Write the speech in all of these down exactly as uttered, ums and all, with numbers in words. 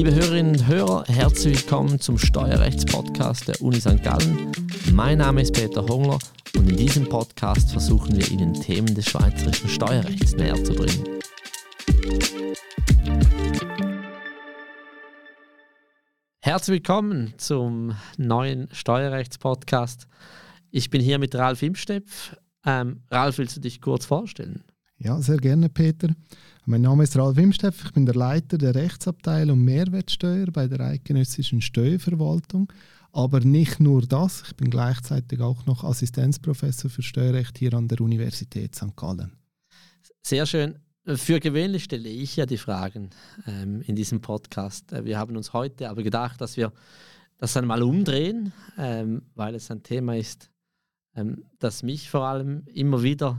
Liebe Hörerinnen und Hörer, herzlich willkommen zum Steuerrechtspodcast der Uni Sankt Gallen. Mein Name ist Peter Hongler und in diesem Podcast versuchen wir Ihnen Themen des schweizerischen Steuerrechts näher zu bringen. Herzlich willkommen zum neuen Steuerrechtspodcast. Ich bin hier mit Ralf Imstepf. Ähm, Ralf, willst du dich kurz vorstellen? Ja, sehr gerne, Peter. Mein Name ist Ralf Imstepf, ich bin der Leiter der Rechtsabteilung Mehrwertsteuer bei der Eidgenössischen Steuerverwaltung. Aber nicht nur das, ich bin gleichzeitig auch noch Assistenzprofessor für Steuerrecht hier an der Universität Sankt Gallen. Sehr schön. Für gewöhnlich stelle ich ja die Fragen ähm, in diesem Podcast. Wir haben uns heute aber gedacht, dass wir das einmal umdrehen, ähm, weil es ein Thema ist, ähm, das mich vor allem immer wieder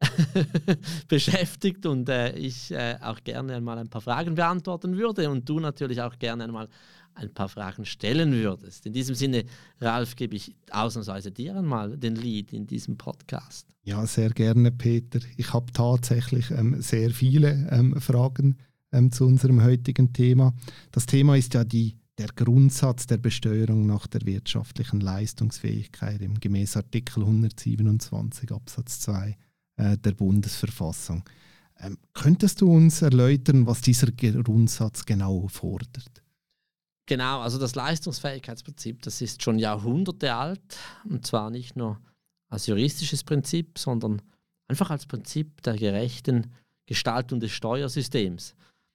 beschäftigt und äh, ich äh, auch gerne einmal ein paar Fragen beantworten würde und du natürlich auch gerne einmal ein paar Fragen stellen würdest. In diesem Sinne, Ralf, gebe ich ausnahmsweise dir einmal den Lead in diesem Podcast. Ja, sehr gerne, Peter. Ich habe tatsächlich ähm, sehr viele ähm, Fragen ähm, zu unserem heutigen Thema. Das Thema ist ja die, der Grundsatz der Besteuerung nach der wirtschaftlichen Leistungsfähigkeit im gemäß Artikel hundertsiebenundzwanzig Absatz zwei der Bundesverfassung. Ähm, könntest du uns erläutern, was dieser Grundsatz genau fordert? Genau, also das Leistungsfähigkeitsprinzip, das ist schon Jahrhunderte alt und zwar nicht nur als juristisches Prinzip, sondern einfach als Prinzip der gerechten Gestaltung des Steuersystems.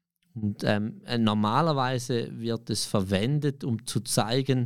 Und ähm, normalerweise wird es verwendet, um zu zeigen,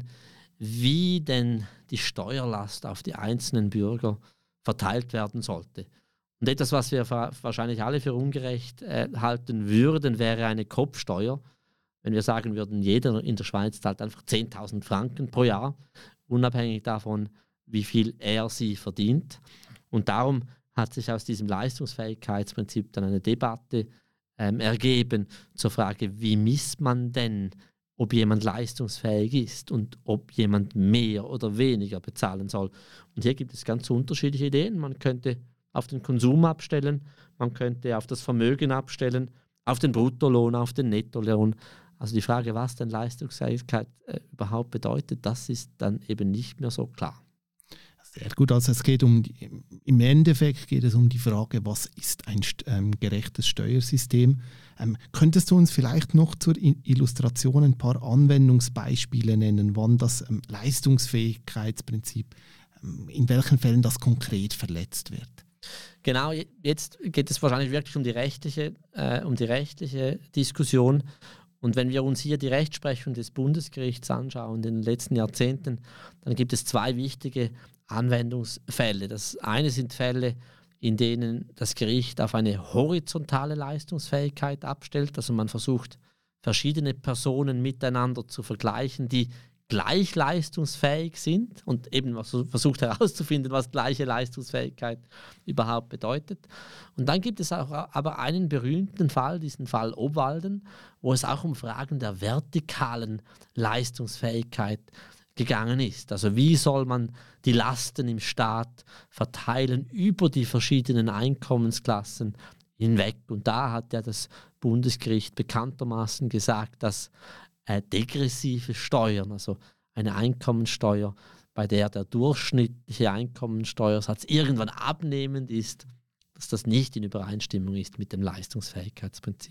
wie denn die Steuerlast auf die einzelnen Bürger verteilt werden sollte. Und etwas, was wir wahrscheinlich alle für ungerecht äh, halten würden, wäre eine Kopfsteuer. Wenn wir sagen würden, jeder in der Schweiz zahlt einfach zehntausend Franken pro Jahr, unabhängig davon, wie viel er sie verdient. Und darum hat sich aus diesem Leistungsfähigkeitsprinzip dann eine Debatte ähm, ergeben zur Frage, wie misst man denn, ob jemand leistungsfähig ist und ob jemand mehr oder weniger bezahlen soll. Und hier gibt es ganz unterschiedliche Ideen. Man könnte auf den Konsum abstellen, man könnte auf das Vermögen abstellen, auf den Bruttolohn, auf den Nettolohn. Also die Frage, was denn Leistungsfähigkeit äh, überhaupt bedeutet, das ist dann eben nicht mehr so klar. Sehr gut, also es geht um die, im Endeffekt geht es um die Frage, was ist ein ähm, gerechtes Steuersystem? Ähm, könntest du uns vielleicht noch zur Illustration ein paar Anwendungsbeispiele nennen, wann das ähm, Leistungsfähigkeitsprinzip, ähm, in welchen Fällen das konkret verletzt wird? Genau, jetzt geht es wahrscheinlich wirklich um die rechtliche, äh, um die rechtliche Diskussion. Und wenn wir uns hier die Rechtsprechung des Bundesgerichts anschauen in den letzten Jahrzehnten, dann gibt es zwei wichtige Anwendungsfälle. Das eine sind Fälle, in denen das Gericht auf eine horizontale Leistungsfähigkeit abstellt. Also man versucht, verschiedene Personen miteinander zu vergleichen, die gleich leistungsfähig sind und eben versucht herauszufinden, was gleiche Leistungsfähigkeit überhaupt bedeutet. Und dann gibt es auch aber einen berühmten Fall, diesen Fall Obwalden, wo es auch um Fragen der vertikalen Leistungsfähigkeit gegangen ist. Also wie soll man die Lasten im Staat verteilen über die verschiedenen Einkommensklassen hinweg? Und da hat ja das Bundesgericht bekanntermaßen gesagt, dass äh, degressive Steuern, also eine Einkommensteuer, bei der der durchschnittliche Einkommensteuersatz irgendwann abnehmend ist, dass das nicht in Übereinstimmung ist mit dem Leistungsfähigkeitsprinzip.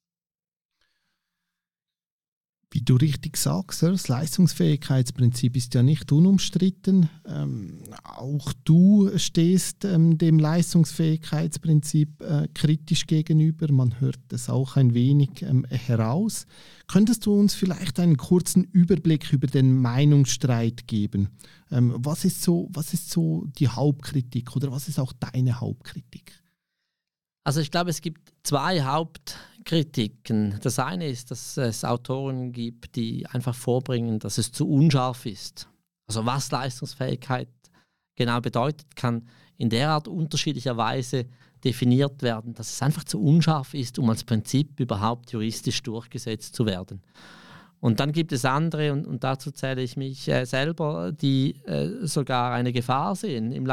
Wie du richtig sagst, das Leistungsfähigkeitsprinzip ist ja nicht unumstritten. Ähm, auch du stehst ähm, dem Leistungsfähigkeitsprinzip äh, kritisch gegenüber. Man hört es auch ein wenig ähm, heraus. Könntest du uns vielleicht einen kurzen Überblick über den Meinungsstreit geben? Ähm, was ist so, was ist so die Hauptkritik oder was ist auch deine Hauptkritik? Also ich glaube, es gibt zwei Hauptkritiken. Das eine ist, dass es Autoren gibt, die einfach vorbringen, dass es zu unscharf ist. Also was Leistungsfähigkeit genau bedeutet, kann in derart unterschiedlicherweise definiert werden, dass es einfach zu unscharf ist, um als Prinzip überhaupt juristisch durchgesetzt zu werden. Und dann gibt es andere, und, und dazu zähle ich mich äh, selber, die äh, sogar eine Gefahr sehen im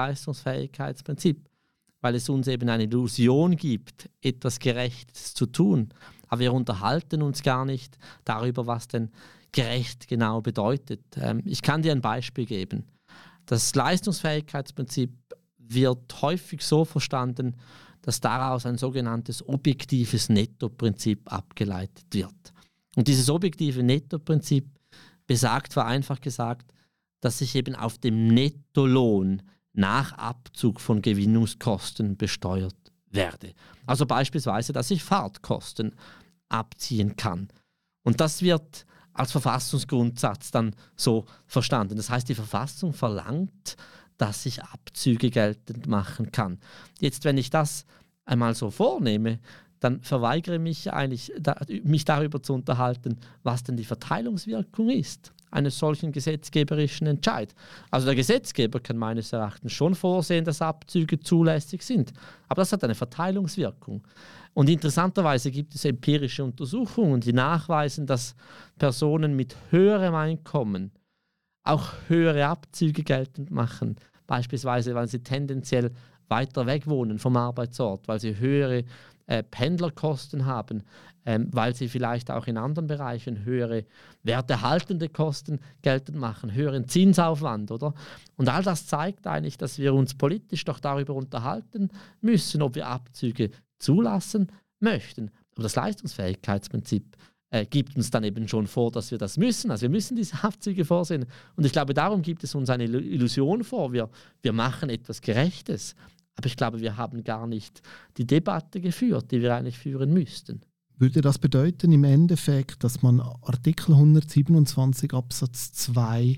Leistungsfähigkeitsprinzip, weil es uns eben eine Illusion gibt, etwas Gerechtes zu tun, aber wir unterhalten uns gar nicht darüber, was denn gerecht genau bedeutet. Ähm, ich kann dir ein Beispiel geben. Das Leistungsfähigkeitsprinzip wird häufig so verstanden, dass daraus ein sogenanntes objektives Nettoprinzip abgeleitet wird. Und dieses objektive Nettoprinzip besagt, vereinfacht gesagt, dass ich eben auf dem Nettolohn nach Abzug von Gewinnungskosten besteuert werde. Also beispielsweise, dass ich Fahrtkosten abziehen kann. Und das wird als Verfassungsgrundsatz dann so verstanden. Das heißt, die Verfassung verlangt, dass ich Abzüge geltend machen kann. Jetzt, wenn ich das einmal so vornehme, dann verweigere ich mich eigentlich, da, mich darüber zu unterhalten, was denn die Verteilungswirkung ist eines solchen gesetzgeberischen Entscheids. Also der Gesetzgeber kann meines Erachtens schon vorsehen, dass Abzüge zulässig sind, aber das hat eine Verteilungswirkung. Und interessanterweise gibt es empirische Untersuchungen, die nachweisen, dass Personen mit höherem Einkommen auch höhere Abzüge geltend machen, beispielsweise weil sie tendenziell weiter weg wohnen vom Arbeitsort, weil sie höhere äh, Pendlerkosten haben, ähm, weil sie vielleicht auch in anderen Bereichen höhere werterhaltende Kosten geltend machen, höheren Zinsaufwand, oder? Und all das zeigt eigentlich, dass wir uns politisch doch darüber unterhalten müssen, ob wir Abzüge zulassen möchten. Aber das Leistungsfähigkeitsprinzip äh, gibt uns dann eben schon vor, dass wir das müssen. Also wir müssen diese Abzüge vorsehen. Und ich glaube, darum gibt es uns eine Illusion vor. Wir, wir machen etwas Gerechtes. Aber ich glaube, wir haben gar nicht die Debatte geführt, die wir eigentlich führen müssten. Würde das bedeuten im Endeffekt, dass man Artikel hundertsiebenundzwanzig Absatz zwei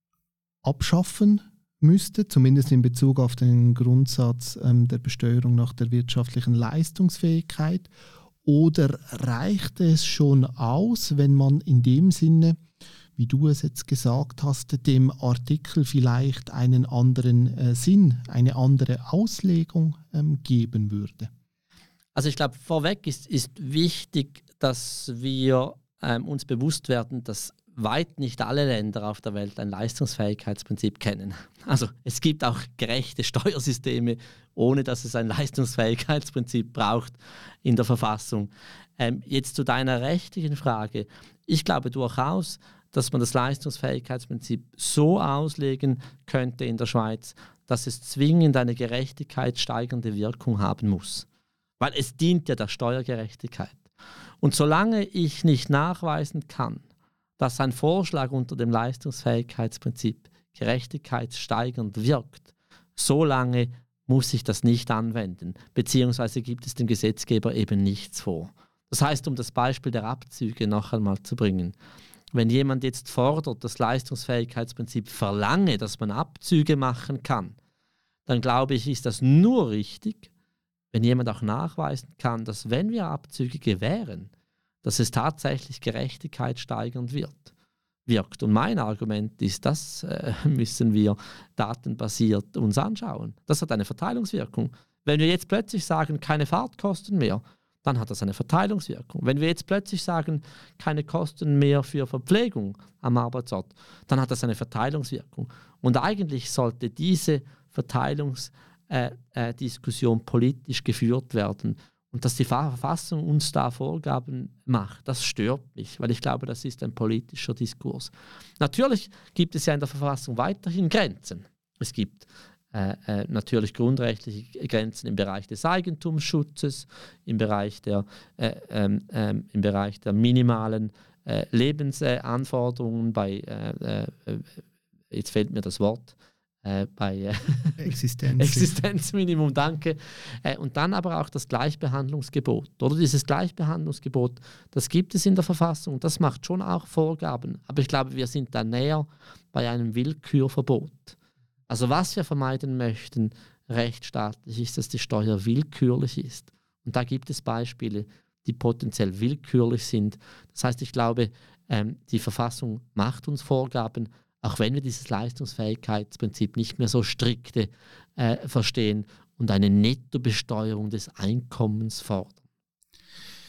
abschaffen müsste, zumindest in Bezug auf den Grundsatz ähm, der Besteuerung nach der wirtschaftlichen Leistungsfähigkeit? Oder reicht es schon aus, wenn man in dem Sinne, wie du es jetzt gesagt hast, dem Artikel vielleicht einen anderen äh, Sinn, eine andere Auslegung ähm, geben würde? Also ich glaube, vorweg ist, ist wichtig, dass wir ähm, uns bewusst werden, dass weit nicht alle Länder auf der Welt ein Leistungsfähigkeitsprinzip kennen. Also es gibt auch gerechte Steuersysteme, ohne dass es ein Leistungsfähigkeitsprinzip braucht in der Verfassung. Ähm, jetzt zu deiner rechtlichen Frage. Ich glaube durchaus, dass man das Leistungsfähigkeitsprinzip so auslegen könnte in der Schweiz, dass es zwingend eine gerechtigkeitssteigernde Wirkung haben muss. Weil es dient ja der Steuergerechtigkeit. Und solange ich nicht nachweisen kann, dass ein Vorschlag unter dem Leistungsfähigkeitsprinzip gerechtigkeitssteigernd wirkt, solange muss ich das nicht anwenden, beziehungsweise gibt es dem Gesetzgeber eben nichts vor. Das heißt, um das Beispiel der Abzüge noch einmal zu bringen, wenn jemand jetzt fordert, das Leistungsfähigkeitsprinzip verlange, dass man Abzüge machen kann, dann glaube ich, ist das nur richtig, wenn jemand auch nachweisen kann, dass wenn wir Abzüge gewähren, dass es tatsächlich gerechtigkeitssteigernd wird, wirkt. Und mein Argument ist, das äh, müssen wir datenbasiert uns anschauen. Das hat eine Verteilungswirkung. Wenn wir jetzt plötzlich sagen, keine Fahrtkosten mehr, dann hat das eine Verteilungswirkung. Wenn wir jetzt plötzlich sagen, keine Kosten mehr für Verpflegung am Arbeitsort, dann hat das eine Verteilungswirkung. Und eigentlich sollte diese Verteilungsdiskussion äh, äh, politisch geführt werden. Und dass die Verfassung uns da Vorgaben macht, das stört mich, weil ich glaube, das ist ein politischer Diskurs. Natürlich gibt es ja in der Verfassung weiterhin Grenzen. Es gibt äh, äh, natürlich grundrechtliche Grenzen im Bereich des Eigentumsschutzes, im Bereich der, äh, ähm, äh, im Bereich der minimalen äh, Lebensanforderungen bei, äh, äh, jetzt fehlt mir das Wort, Äh, bei äh, Existenz. Existenzminimum, danke. Äh, und dann aber auch das Gleichbehandlungsgebot. Oder dieses Gleichbehandlungsgebot, das gibt es in der Verfassung, das macht schon auch Vorgaben. Aber ich glaube, wir sind da näher bei einem Willkürverbot. Also was wir vermeiden möchten, rechtsstaatlich, ist, dass die Steuer willkürlich ist. Und da gibt es Beispiele, die potenziell willkürlich sind. Das heißt, ich glaube, ähm, die Verfassung macht uns Vorgaben, auch wenn wir dieses Leistungsfähigkeitsprinzip nicht mehr so strikte äh, verstehen und eine Nettobesteuerung des Einkommens fordern.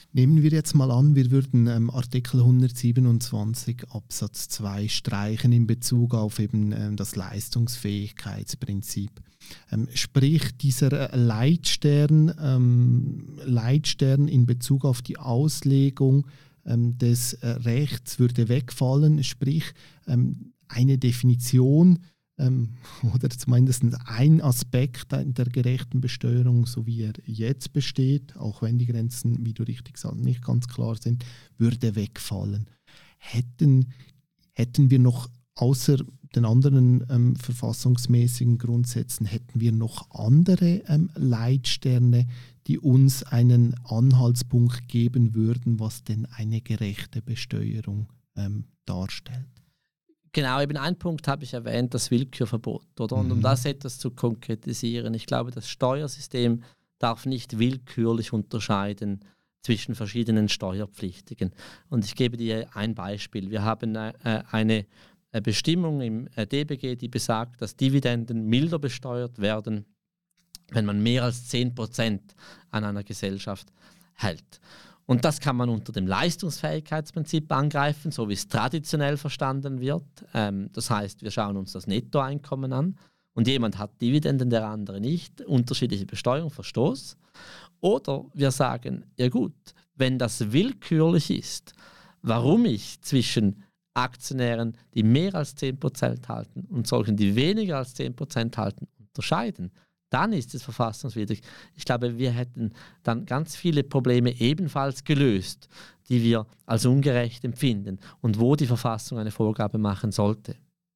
Nehmen wir jetzt mal an, wir würden ähm, Artikel hundertsiebenundzwanzig Absatz zwei streichen in Bezug auf eben ähm, das Leistungsfähigkeitsprinzip. Ähm, sprich, dieser Leitstern, ähm, Leitstern in Bezug auf die Auslegung ähm, des äh, Rechts würde wegfallen, sprich ähm, eine Definition ähm, oder zumindest ein Aspekt der gerechten Besteuerung, so wie er jetzt besteht, auch wenn die Grenzen, wie du richtig sagst, nicht ganz klar sind, würde wegfallen. Hätten, hätten wir noch außer den anderen ähm, verfassungsmäßigen Grundsätzen, hätten wir noch andere ähm, Leitsterne, die uns einen Anhaltspunkt geben würden, was denn eine gerechte Besteuerung ähm, darstellt? Genau, eben ein Punkt habe ich erwähnt, das Willkürverbot. Oder? Und um das etwas zu konkretisieren, ich glaube, das Steuersystem darf nicht willkürlich unterscheiden zwischen verschiedenen Steuerpflichtigen. Und ich gebe dir ein Beispiel. Wir haben äh, eine Bestimmung im D B G, die besagt, dass Dividenden milder besteuert werden, wenn man mehr als zehn Prozent an einer Gesellschaft hält. Und das kann man unter dem Leistungsfähigkeitsprinzip angreifen, so wie es traditionell verstanden wird. Ähm, das heißt, wir schauen uns das Nettoeinkommen an und jemand hat Dividenden, der andere nicht. Unterschiedliche Besteuerung, Verstoß. Oder wir sagen, ja gut, wenn das willkürlich ist, warum ich zwischen Aktionären, die mehr als zehn Prozent halten und solchen, die weniger als zehn Prozent halten, unterscheiden, dann ist es verfassungswidrig. Ich glaube, wir hätten dann ganz viele Probleme ebenfalls gelöst, die wir als ungerecht empfinden und wo die Verfassung eine Vorgabe machen sollte.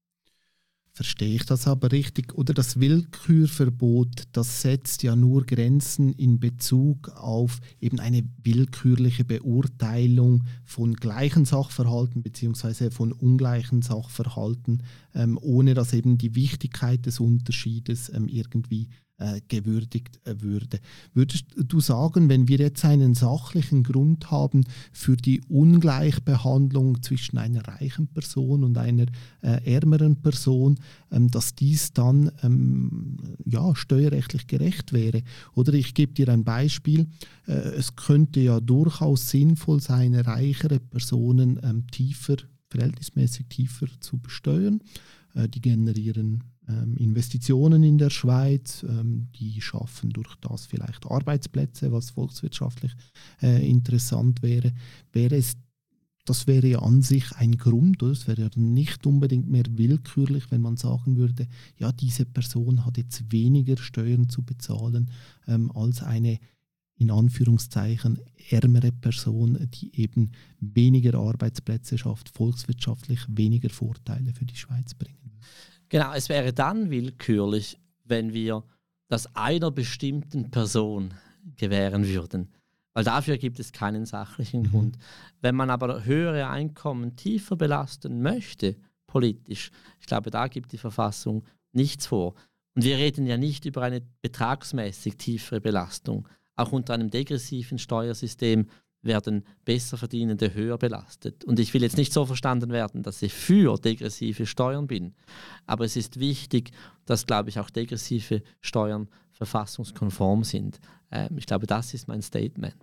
Verstehe ich das aber richtig? Oder das Willkürverbot, das setzt ja nur Grenzen in Bezug auf eben eine willkürliche Beurteilung von gleichen Sachverhalten bzw. von ungleichen Sachverhalten, ähm, ohne dass eben die Wichtigkeit des Unterschiedes ähm, irgendwie äh, gewürdigt äh, würde. Würdest du sagen, wenn wir jetzt einen sachlichen Grund haben für die Ungleichbehandlung zwischen einer reichen Person und einer äh, ärmeren Person, ähm, dass dies dann ähm, ja, steuerrechtlich gerecht wäre? Oder ich gebe dir ein Beispiel. Äh, es könnte ja durchaus sinnvoll sein, reichere Personen ähm, tiefer, verhältnismäßig tiefer zu besteuern. Äh, die generieren Investitionen in der Schweiz, die schaffen durch das vielleicht Arbeitsplätze, was volkswirtschaftlich äh, interessant wäre. wäre es, das wäre ja an sich ein Grund, oder? Es wäre ja nicht unbedingt mehr willkürlich, wenn man sagen würde, ja, diese Person hat jetzt weniger Steuern zu bezahlen ähm, als eine in Anführungszeichen ärmere Person, die eben weniger Arbeitsplätze schafft, volkswirtschaftlich weniger Vorteile für die Schweiz bringen. Genau, es wäre dann willkürlich, wenn wir das einer bestimmten Person gewähren würden. Weil dafür gibt es keinen sachlichen mhm. Grund. Wenn man aber höhere Einkommen tiefer belasten möchte, politisch, ich glaube, da gibt die Verfassung nichts vor. Und wir reden ja nicht über eine betragsmäßig tiefere Belastung. Auch unter einem degressiven Steuersystem werden Besserverdienende höher belastet. Und ich will jetzt nicht so verstanden werden, dass ich für degressive Steuern bin. Aber es ist wichtig, dass, glaube ich, auch degressive Steuern verfassungskonform sind. Ähm, ich glaube, das ist mein Statement.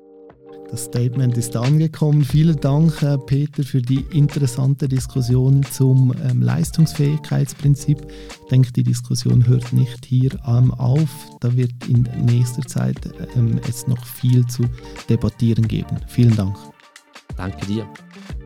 Das Statement ist angekommen. Vielen Dank, Peter, für die interessante Diskussion zum ähm, Leistungsfähigkeitsprinzip. Ich denke, die Diskussion hört nicht hier ähm, auf. Da wird in nächster Zeit ähm, es noch viel zu debattieren geben. Vielen Dank. Danke dir.